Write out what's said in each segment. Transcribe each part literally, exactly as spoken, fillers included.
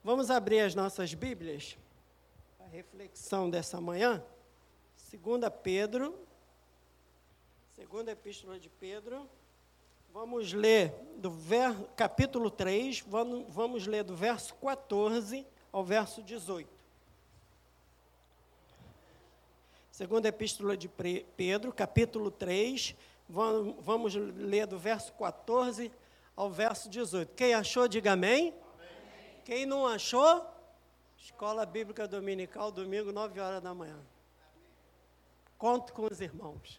Vamos abrir as nossas Bíblias, a reflexão dessa manhã, segunda Pedro, segunda Epístola de Pedro, vamos ler do ver, capítulo três, vamos, vamos ler do verso quatorze ao verso dezoito. Segunda Epístola de Pedro, capítulo três, vamos, vamos ler do verso quatorze ao verso dezoito. Quem achou, diga amém. Quem não achou, Escola Bíblica Dominical, domingo, nove horas da manhã. Conto com os irmãos.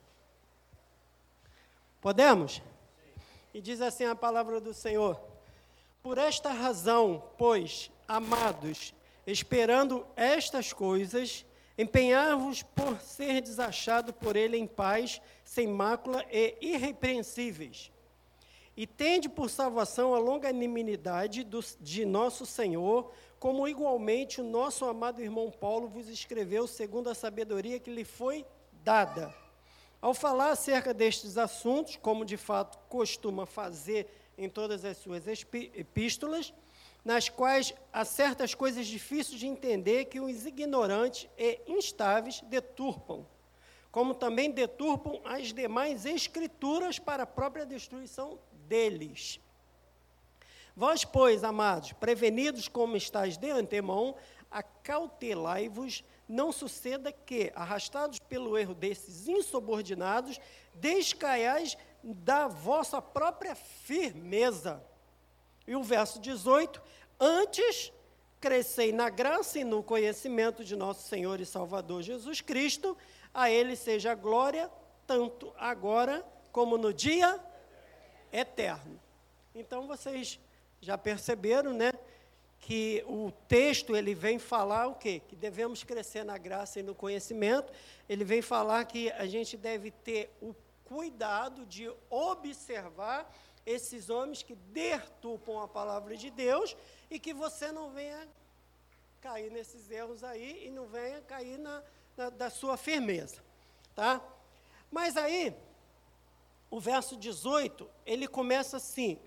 Podemos? E diz assim a palavra do Senhor: por esta razão, pois, amados, esperando estas coisas, empenhar-vos por ser desachado por ele em paz, sem mácula e irrepreensíveis. E tende por salvação a longanimidade do, de nosso Senhor, como igualmente o nosso amado irmão Paulo vos escreveu, segundo a sabedoria que lhe foi dada. Ao falar acerca destes assuntos, como de fato costuma fazer em todas as suas epístolas, nas quais há certas coisas difíceis de entender que os ignorantes e instáveis deturpam, como também deturpam as demais escrituras para a própria destruição deles. Vós, pois, amados, prevenidos como estáis de antemão, acautelai-vos, não suceda que, arrastados pelo erro desses insubordinados, descaiais da vossa própria firmeza. E o verso dezoito, antes crescei na graça e no conhecimento de nosso Senhor e Salvador Jesus Cristo, a Ele seja a glória, tanto agora como no dia eterno. Então, vocês já perceberam, né, que o texto, ele vem falar o quê? Que devemos crescer na graça e no conhecimento. Ele vem falar que a gente deve ter o cuidado de observar esses homens que deturpam a palavra de Deus e que você não venha cair nesses erros aí e não venha cair na, na da sua firmeza, tá? Mas aí, o verso dezoito, ele começa assim: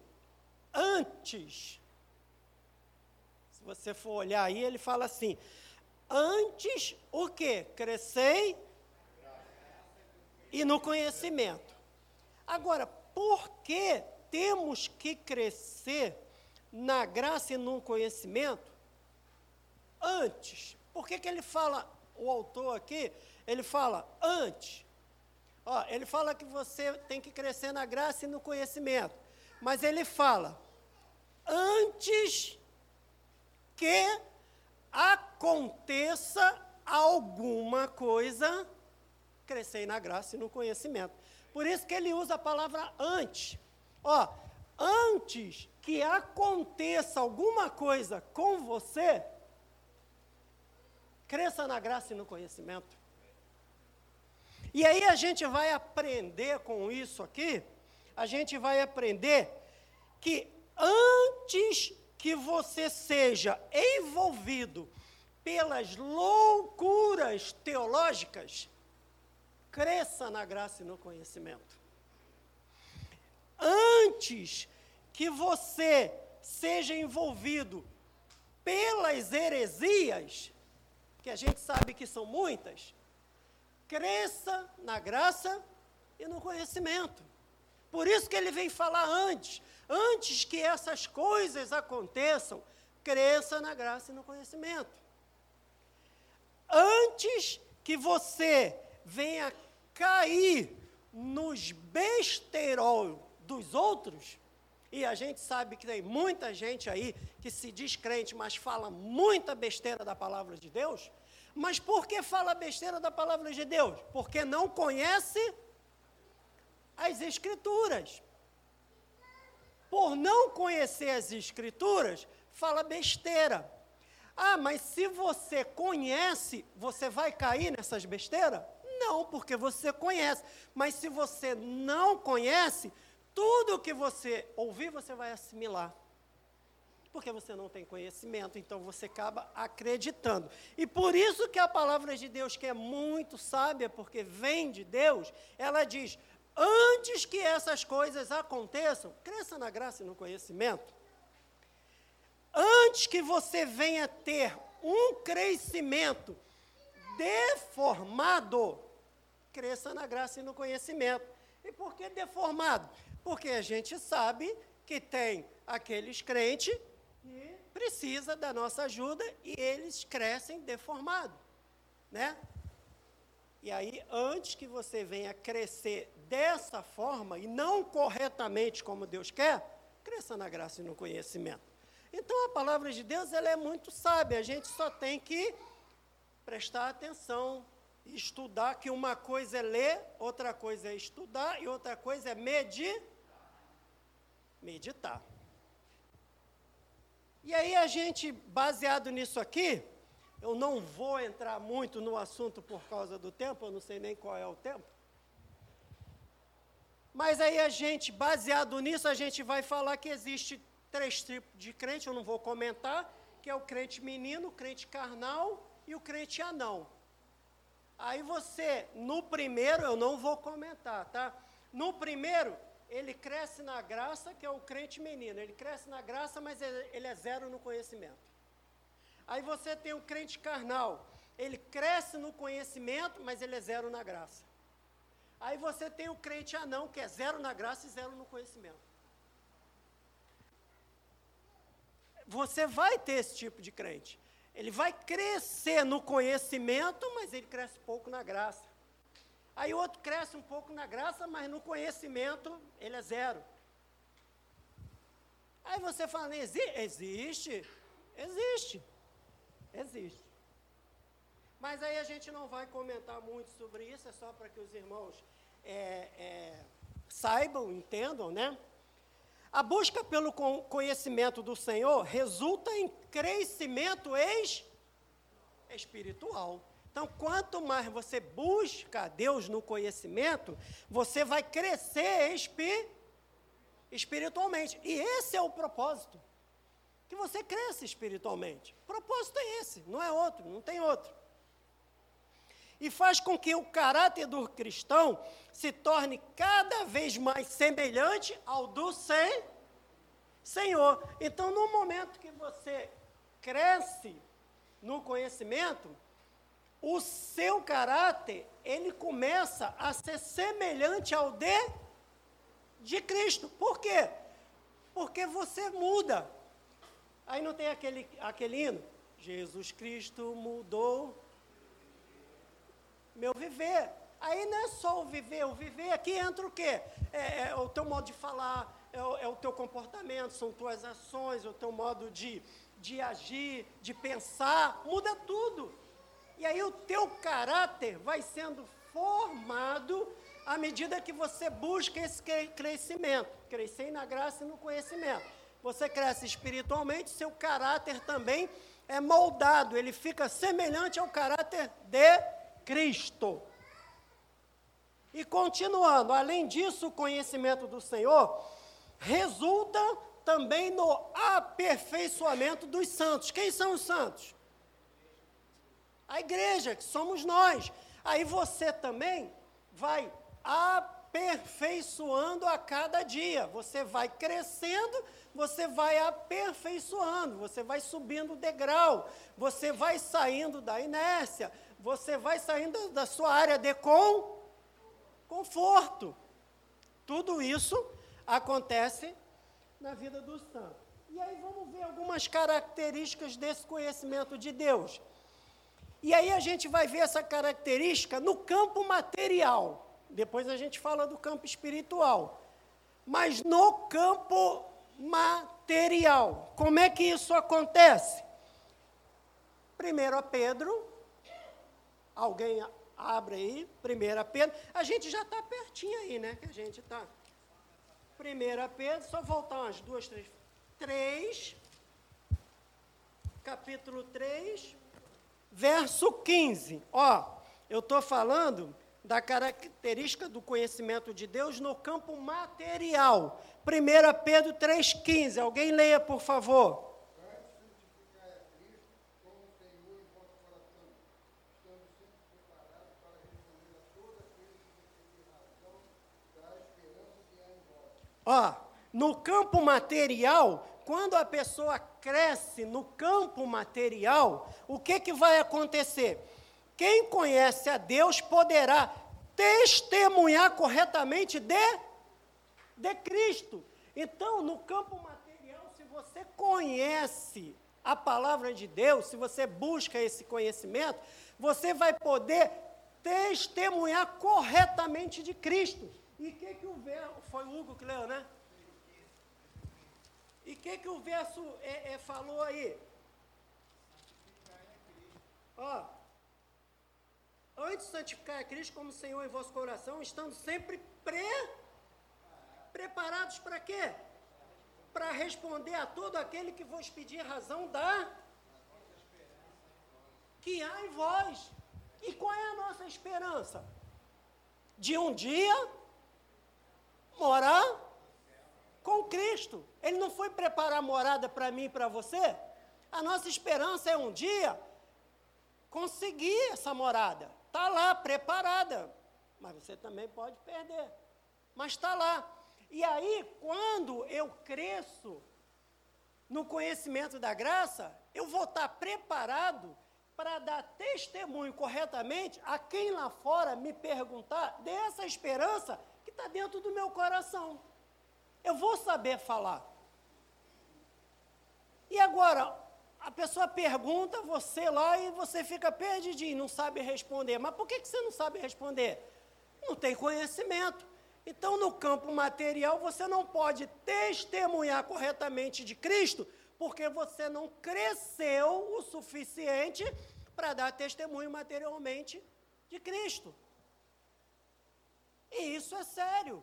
antes, se você for olhar aí, ele fala assim, antes o quê? Crescei e no conhecimento. Agora, por que temos que crescer na graça e no conhecimento antes? Por que que ele fala, o autor aqui, ele fala antes? Ó, ele fala que você tem que crescer na graça e no conhecimento, mas ele fala, antes que aconteça alguma coisa, crescer na graça e no conhecimento. Por isso que ele usa a palavra antes. Ó, antes que aconteça alguma coisa com você, cresça na graça e no conhecimento. E aí a gente vai aprender com isso aqui, a gente vai aprender que antes que você seja envolvido pelas loucuras teológicas, cresça na graça e no conhecimento. Antes que você seja envolvido pelas heresias, que a gente sabe que são muitas, cresça na graça e no conhecimento. Por isso que ele vem falar antes, antes que essas coisas aconteçam, cresça na graça e no conhecimento. Antes que você venha cair nos besterol dos outros, e a gente sabe que tem muita gente aí que se diz crente, mas fala muita besteira da palavra de Deus. Mas por que fala besteira da palavra de Deus? Porque não conhece as Escrituras. Por não conhecer as Escrituras, fala besteira. Ah, mas se você conhece, você vai cair nessas besteiras? Não, porque você conhece. Mas se você não conhece, tudo que você ouvir, você vai assimilar. Porque você não tem conhecimento, então você acaba acreditando. E por isso que a palavra de Deus, que é muito sábia, porque vem de Deus, ela diz, antes que essas coisas aconteçam, cresça na graça e no conhecimento. antes que você venha ter um crescimento deformado, cresça na graça e no conhecimento. E por que deformado? Porque a gente sabe que tem aqueles crentes que precisam da nossa ajuda e eles crescem deformados, né? E aí, antes que você venha crescer dessa forma, e não corretamente como Deus quer, cresça na graça e no conhecimento. Então, a palavra de Deus, ela é muito sábia, a gente só tem que prestar atenção, estudar, que uma coisa é ler, outra coisa é estudar, e outra coisa é medir, meditar. E aí, a gente, baseado nisso aqui, eu não vou entrar muito no assunto por causa do tempo, eu não sei nem qual é o tempo. Mas aí a gente, baseado nisso, a gente vai falar que existe três tipos de crente, eu não vou comentar, que é o crente menino, o crente carnal e o crente anão. Aí você, no primeiro, eu não vou comentar, tá? No primeiro, ele cresce na graça, que é o crente menino. Ele cresce na graça, mas ele é zero no conhecimento. Aí você tem o crente carnal, ele cresce no conhecimento, mas ele é zero na graça. Aí você tem o crente anão, que é zero na graça e zero no conhecimento. Você vai ter esse tipo de crente. Ele vai crescer no conhecimento, mas ele cresce pouco na graça. Aí o outro cresce um pouco na graça, mas no conhecimento ele é zero. Aí você fala, existe? Existe. Existe. Existe. Mas aí a gente não vai comentar muito sobre isso, é só para que os irmãos é, é, saibam, entendam, né? A busca pelo conhecimento do Senhor resulta em crescimento ex- espiritual. Então, quanto mais você busca Deus no conhecimento, você vai crescer espi- espiritualmente. E esse é o propósito. Que você cresça espiritualmente. O propósito é esse, não é outro, não tem outro. E faz com que o caráter do cristão se torne cada vez mais semelhante ao do sem, Senhor. Então, no momento que você cresce no conhecimento, o seu caráter, ele começa a ser semelhante ao de, de Cristo. Por quê? Porque você muda. Aí não tem aquele, aquele hino? Jesus Cristo mudou meu viver. Aí não é só o viver, o viver aqui entra o quê? É, é o teu modo de falar, é o, é o teu comportamento, são tuas ações, é o teu modo de, de agir, de pensar, muda tudo. E aí o teu caráter vai sendo formado à medida que você busca esse crescimento, crescer na graça e no conhecimento. Você cresce espiritualmente, seu caráter também é moldado, ele fica semelhante ao caráter de Cristo. E continuando, além disso, o conhecimento do Senhor resulta também no aperfeiçoamento dos santos. Quem são os santos? A igreja, que somos nós. Aí você também vai aperfeiçoando a cada dia. Você vai crescendo, você vai aperfeiçoando, você vai subindo o degrau, você vai saindo da inércia, você vai saindo da sua área de com, conforto. Tudo isso acontece na vida dos santos. E aí vamos ver algumas características desse conhecimento de Deus. E aí a gente vai ver essa característica no campo material. Depois a gente fala do campo espiritual. Mas no campo material, como é que isso acontece? Primeiro a Pedro, alguém abre aí, primeiro a Pedro, a gente já está pertinho aí, né, que a gente está. Primeiro a Pedro, só voltar umas duas, três, três, capítulo três, verso quinze, ó, eu estou falando da característica do conhecimento de Deus no campo material. primeiro Pedro três, quinze, alguém leia, por favor. Ó, no campo material, quando a pessoa cresce no campo material, o que, que vai acontecer? Quem conhece a Deus poderá testemunhar corretamente de, de Cristo. Então, no campo material, se você conhece a palavra de Deus, se você busca esse conhecimento, você vai poder testemunhar corretamente de Cristo. E o que, que o verso... Foi o Hugo que leu, né? E o que, que o verso é, é, falou aí? Ó, antes de santificar a Cristo como Senhor em vosso coração, estando sempre pre, preparados para quê? Para responder a todo aquele que vos pedir razão da que há em vós. E qual é a nossa esperança? De um dia morar com Cristo. Ele não foi preparar morada para mim e para você? A nossa esperança é um dia conseguir essa morada. Está lá, preparada. Mas você também pode perder. Mas está lá. E aí, quando eu cresço no conhecimento da graça, eu vou estar preparado para dar testemunho corretamente a quem lá fora me perguntar dessa esperança que está dentro do meu coração. Eu vou saber falar. E agora, a pessoa pergunta, você lá, e você fica perdidinho, não sabe responder. Mas por que, que você não sabe responder? Não tem conhecimento. Então, no campo material, você não pode testemunhar corretamente de Cristo, porque você não cresceu o suficiente para dar testemunho materialmente de Cristo. E isso é sério.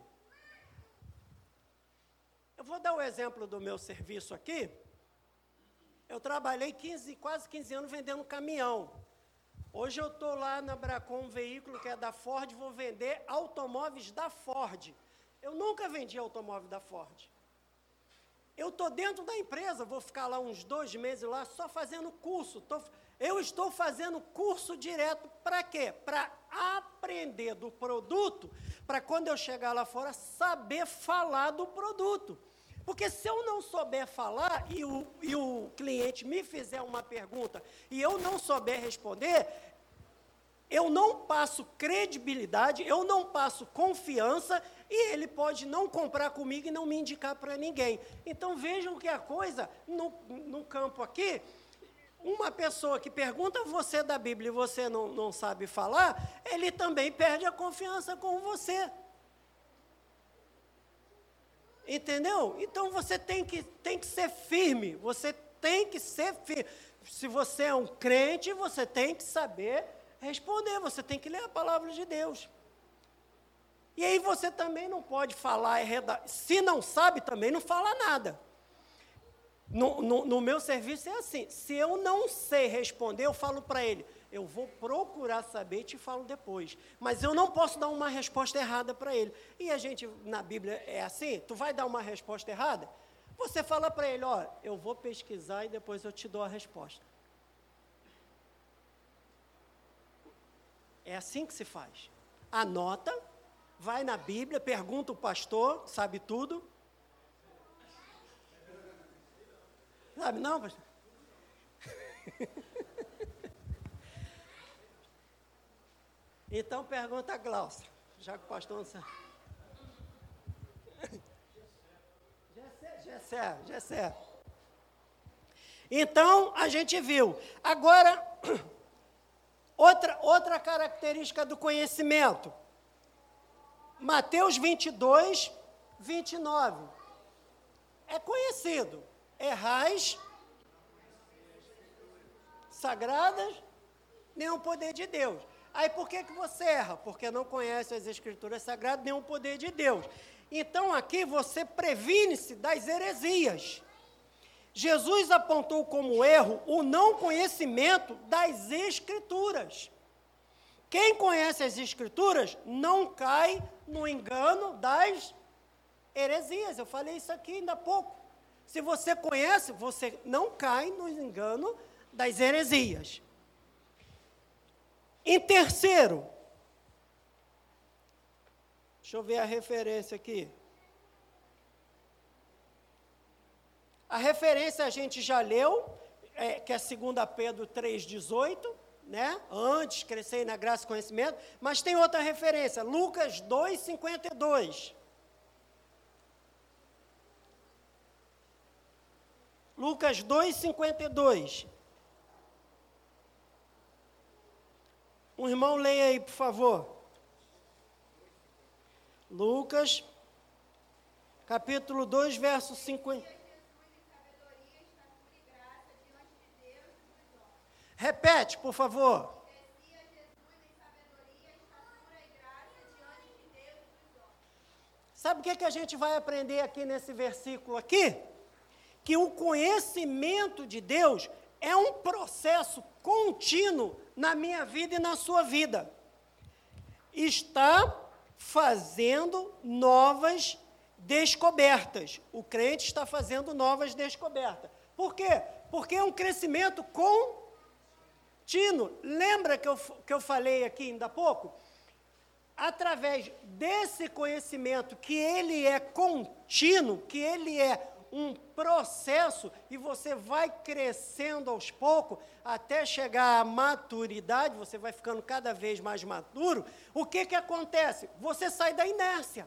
Eu vou dar o exemplo do meu serviço aqui. Eu trabalhei quinze, quase quinze anos vendendo caminhão. Hoje eu estou lá na Bracon, um veículo que é da Ford, vou vender automóveis da Ford. Eu nunca vendi automóvel da Ford. Eu estou dentro da empresa, vou ficar lá uns dois meses lá só fazendo curso. Tô, eu estou fazendo curso direto para quê? Para aprender do produto, para quando eu chegar lá fora, saber falar do produto. Porque se eu não souber falar e o, e o cliente me fizer uma pergunta e eu não souber responder, eu não passo credibilidade, eu não passo confiança e ele pode não comprar comigo e não me indicar para ninguém. Então, vejam que a coisa, no, no campo aqui, uma pessoa que pergunta a você da Bíblia e você não, não sabe falar, ele também perde a confiança com você. Entendeu? Então, você tem que, tem que ser firme, você tem que ser firme. Se você é um crente, você tem que saber responder, você tem que ler a palavra de Deus. E aí você também não pode falar, se não sabe também, não fala nada. No, no, no meu serviço é assim, se eu não sei responder, eu falo para ele, eu vou procurar saber e te falo depois. Mas eu não posso dar uma resposta errada para ele. E a gente, na Bíblia, é assim, tu vai dar uma resposta errada? Você fala para ele, ó, eu vou pesquisar e depois eu te dou a resposta. É assim que se faz. Anota, vai na Bíblia, pergunta o pastor, sabe tudo. Sabe não, pastor? Então pergunta a Glaucia, já que o pastor não sabe. Gessé, Gessé, Gessé. Então, a gente viu. Agora, outra, outra característica do conhecimento. Mateus vinte e dois, vinte e nove. É conhecido. Errais, sagradas, nem o poder de Deus. Aí por que, que você erra? Porque não conhece as Escrituras Sagradas, nem o poder de Deus. Então aqui você previne-se das heresias. Jesus apontou como erro o não conhecimento das Escrituras. Quem conhece as Escrituras não cai no engano das heresias. Eu falei isso aqui ainda há pouco. Se você conhece, você não cai no engano das heresias. Em terceiro, deixa eu ver a referência aqui. A referência a gente já leu, é, que é dois Pedro três, dezoito, né? Antes, crescei na graça e conhecimento, mas tem outra referência, Lucas dois, cinquenta e dois. Lucas dois, cinquenta e dois. Um irmão leia aí, por favor. Lucas, capítulo dois, verso cinquenta. Repete, por favor. Sabe o que, que a gente vai aprender aqui nesse versículo aqui? Que o conhecimento de Deus é um processo contínuo na minha vida e na sua vida. Está fazendo novas descobertas. O crente está fazendo novas descobertas. Por quê? Porque é um crescimento contínuo. Lembra que eu, que eu falei aqui ainda há pouco? Através desse conhecimento, que ele é contínuo, que ele é um processo, e você vai crescendo aos poucos, até chegar à maturidade, você vai ficando cada vez mais maduro, o que que acontece? Você sai da inércia.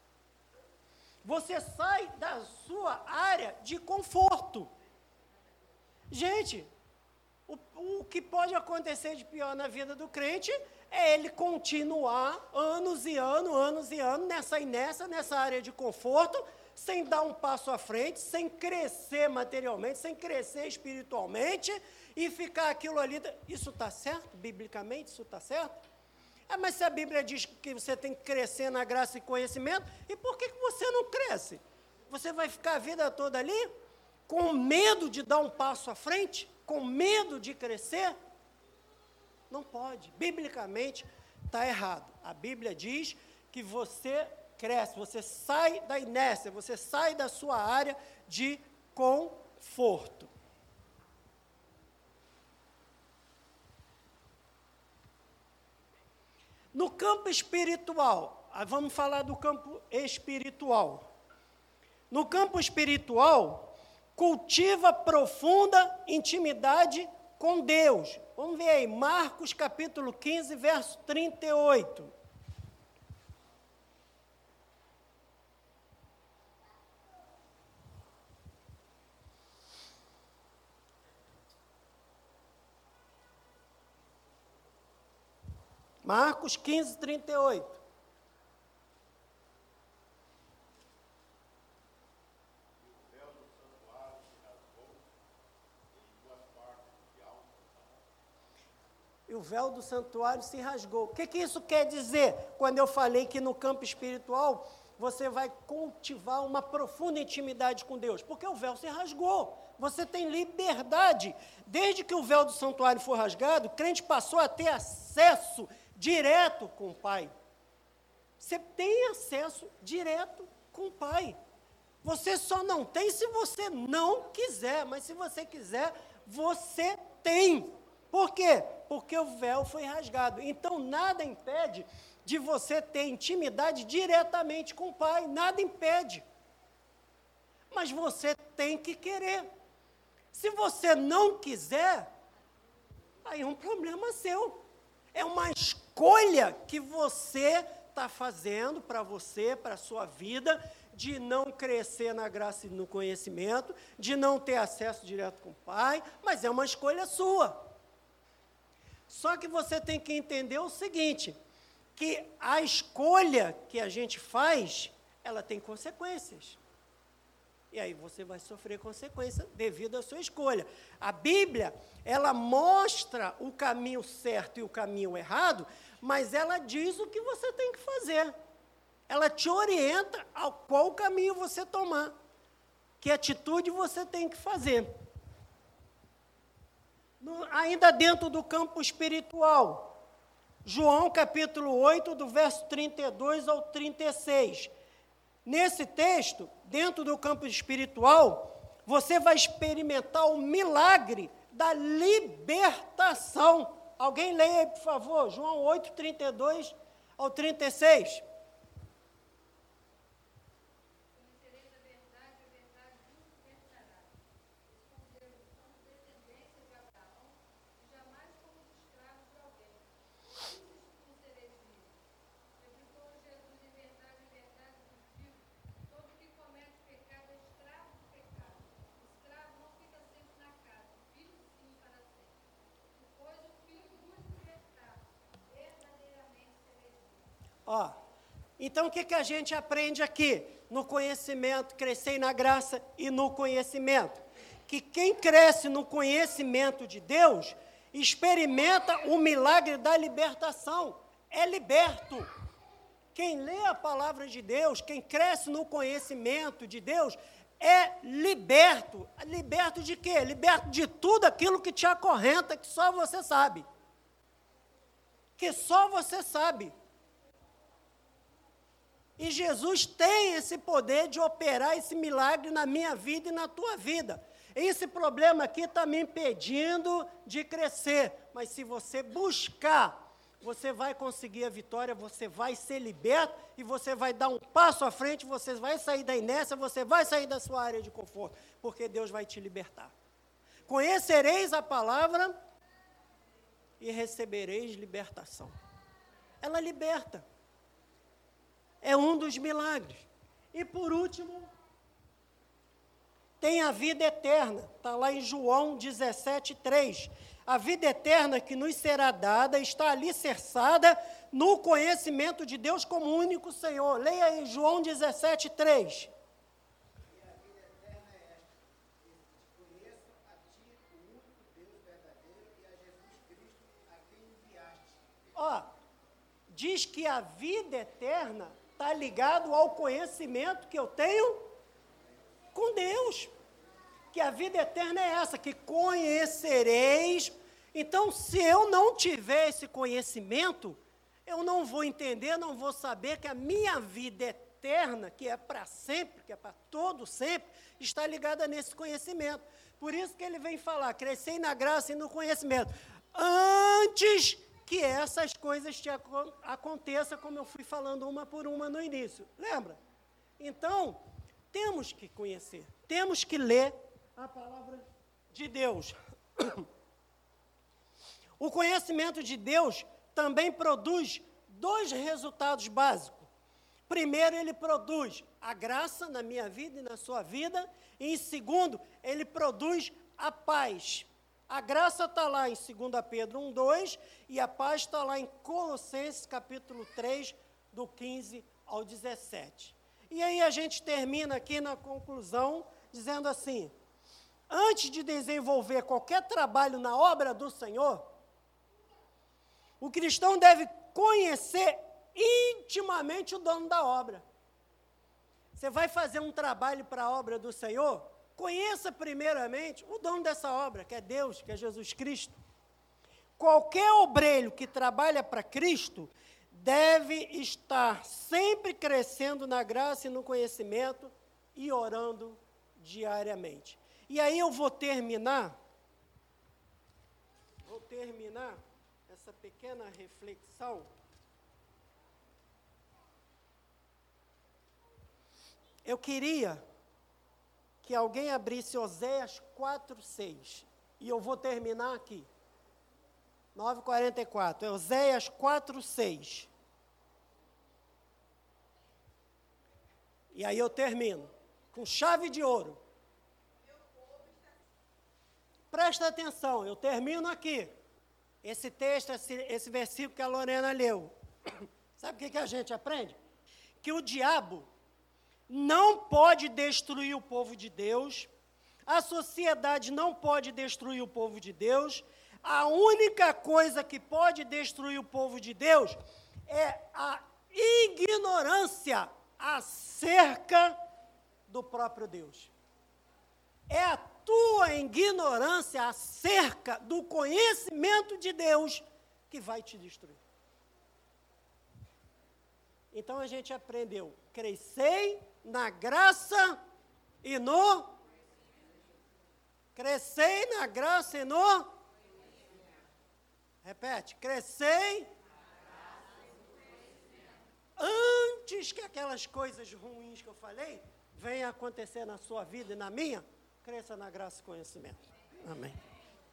Você sai da sua área de conforto. Gente, o, o que pode acontecer de pior na vida do crente é ele continuar anos e anos, anos e anos, nessa inércia, nessa área de conforto, sem dar um passo à frente, sem crescer materialmente, sem crescer espiritualmente, e ficar aquilo ali. Isso está certo? Biblicamente, isso está certo? É, mas se a Bíblia diz que você tem que crescer na graça e conhecimento, e por que, que você não cresce? Você vai ficar a vida toda ali, com medo de dar um passo à frente, com medo de crescer? Não pode. Biblicamente, está errado. A Bíblia diz que você cresce, você sai da inércia, você sai da sua área de conforto. No campo espiritual, vamos falar do campo espiritual. No campo espiritual, cultiva profunda intimidade com Deus. Vamos ver aí, Marcos capítulo quinze, verso trinta e oito. Marcos quinze, trinta e oito. E o véu do santuário se rasgou. O que, que isso quer dizer? Quando eu falei que no campo espiritual você vai cultivar uma profunda intimidade com Deus. Porque o véu se rasgou. Você tem liberdade. Desde que o véu do santuário foi rasgado, o crente passou a ter acesso direto com o Pai. Você tem acesso direto com o Pai. Você só não tem se você não quiser, mas se você quiser, você tem. Por quê? Porque o véu foi rasgado. Então, nada impede de você ter intimidade diretamente com o Pai. Nada impede. Mas você tem que querer. Se você não quiser, aí é um problema seu. É uma escolha que você está fazendo para você, para a sua vida, de não crescer na graça e no conhecimento, de não ter acesso direto com o Pai, mas é uma escolha sua. Só que você tem que entender o seguinte, que a escolha que a gente faz, ela tem consequências. E aí você vai sofrer consequência devido à sua escolha. A Bíblia, ela mostra o caminho certo e o caminho errado, mas ela diz o que você tem que fazer. Ela te orienta a qual caminho você tomar, que atitude você tem que fazer. No, ainda dentro do campo espiritual, João capítulo oito, do verso trinta e dois ao trinta e seis. Nesse texto, dentro do campo espiritual, você vai experimentar o milagre da libertação. Alguém leia aí, por favor, João oito, trinta e dois ao trinta e seis. Ó, então o que, que a gente aprende aqui? No conhecimento, crescer na graça e no conhecimento. Que quem cresce no conhecimento de Deus, experimenta o milagre da libertação. É liberto. Quem lê a palavra de Deus, quem cresce no conhecimento de Deus, é liberto. Liberto de quê? Liberto de tudo aquilo que te acorrenta, que só você sabe. Que só você sabe. E Jesus tem esse poder de operar esse milagre na minha vida e na tua vida. Esse problema aqui está me impedindo de crescer. Mas se você buscar, você vai conseguir a vitória, você vai ser liberto e você vai dar um passo à frente, você vai sair da inércia, você vai sair da sua área de conforto, porque Deus vai te libertar. Conhecereis a palavra e recebereis libertação. Ela liberta. É um dos milagres. E por último, tem a vida eterna. Está lá em João dezessete, três. A vida eterna que nos será dada está alicerçada no conhecimento de Deus como único Senhor. Leia aí João dezessete, três. E a vida eterna é esta: que te conheçam a ti, o único Deus verdadeiro, e a Jesus Cristo, a quem enviaste. Ó, diz que a vida eterna está ligado ao conhecimento que eu tenho com Deus. Que a vida eterna é essa, que conhecereis. Então, se eu não tiver esse conhecimento, eu não vou entender, não vou saber que a minha vida eterna, que é para sempre, que é para todo sempre, está ligada nesse conhecimento. Por isso que ele vem falar, crescei na graça e no conhecimento. Antes que essas coisas te aco- aconteçam, como eu fui falando uma por uma no início. Lembra? Então, temos que conhecer, temos que ler a palavra de Deus. O conhecimento de Deus também produz dois resultados básicos. Primeiro, ele produz a graça na minha vida e na sua vida. E, em segundo, ele produz a paz. A graça está lá em dois Pedro um, dois, e a paz está lá em Colossenses, capítulo três, do quinze ao dezessete. E aí a gente termina aqui na conclusão, dizendo assim, antes de desenvolver qualquer trabalho na obra do Senhor, o cristão deve conhecer intimamente o dono da obra. Você vai fazer um trabalho para a obra do Senhor? Conheça primeiramente o dono dessa obra, que é Deus, que é Jesus Cristo. Qualquer obreiro que trabalha para Cristo deve estar sempre crescendo na graça e no conhecimento e orando diariamente. E aí eu vou terminar, vou terminar essa pequena reflexão. Eu queria que alguém abrisse Oséias quatro, seis. E eu vou terminar aqui. nove e quarenta e quatro. É Oséias quatro, seis. E aí eu termino. Com chave de ouro. Presta atenção, eu termino aqui. Esse texto, esse, esse versículo que a Lorena leu. Sabe o que, que a gente aprende? Que o diabo não pode destruir o povo de Deus, a sociedade não pode destruir o povo de Deus, a única coisa que pode destruir o povo de Deus é a ignorância acerca do próprio Deus. É a tua ignorância acerca do conhecimento de Deus que vai te destruir. Então a gente aprendeu, crescei na graça e no... Crescei na graça e no... Repete, crescei antes que aquelas coisas ruins que eu falei venham acontecer na sua vida e na minha, cresça na graça e conhecimento. Amém.